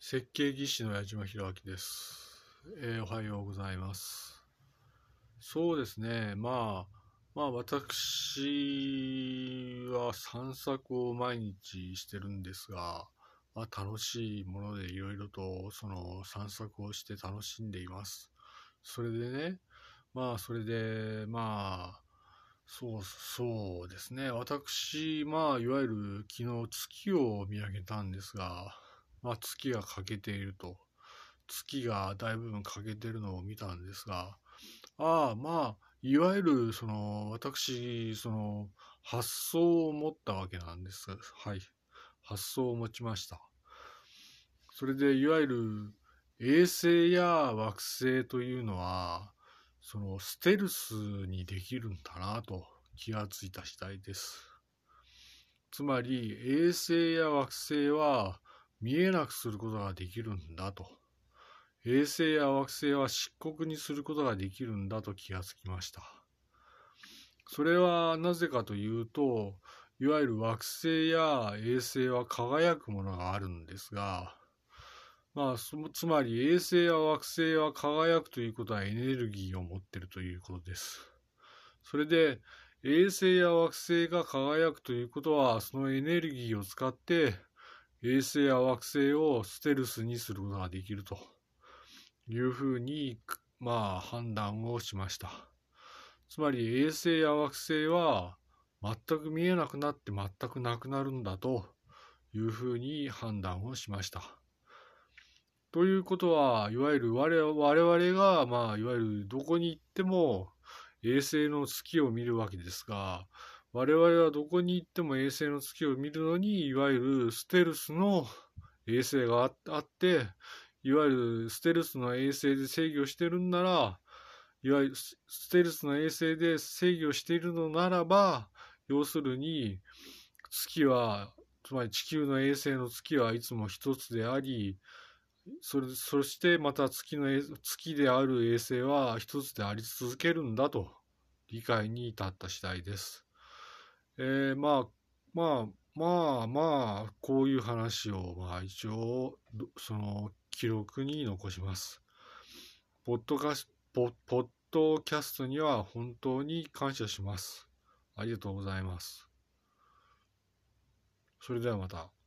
設計技師の矢島弘明です。おはようございます。そうですね。私は散策を毎日してるんですが、楽しいものでいろいろとその散策をして楽しんでいます。それでね、それで、そうですね。私、いわゆる昨日月を見上げたんですが、月が欠けていると。月が大部分欠けているのを見たんですが、いわゆる、発想を持ったわけなんです。はい。発想を持ちました。それで、いわゆる、衛星や惑星というのは、ステルスにできるんだなと気がついた次第です。つまり、衛星や惑星は見えなくすることができるんだと。衛星や惑星は漆黒にすることができるんだと気がつきました。それはなぜかというと、いわゆる惑星や衛星は輝くものがあるんですが、つまり衛星や惑星は輝くということはエネルギーを持っているということです。それで、衛星や惑星が輝くということは、そのエネルギーを使って、衛星や惑星をステルスにすることができるというふうに、判断をしました。つまり衛星や惑星は全く見えなくなって全くなくなるんだというふうに判断をしました。ということは、いわゆる我々が、いわゆるどこに行っても衛星の月を見るわけですが、我々はどこに行っても衛星の月を見るのに、いわゆるステルスの衛星があって、いわゆるステルスの衛星で制御してるんなら、いわゆるステルスの衛星で制御しているのならば、要するに月は、つまり地球の衛星の月はいつも一つであり、そしてまた月である衛星は一つであり続けるんだと理解に至った次第です。こういう話を一応その記録に残します。ポッドキャストには本当に感謝します。ありがとうございます。それではまた。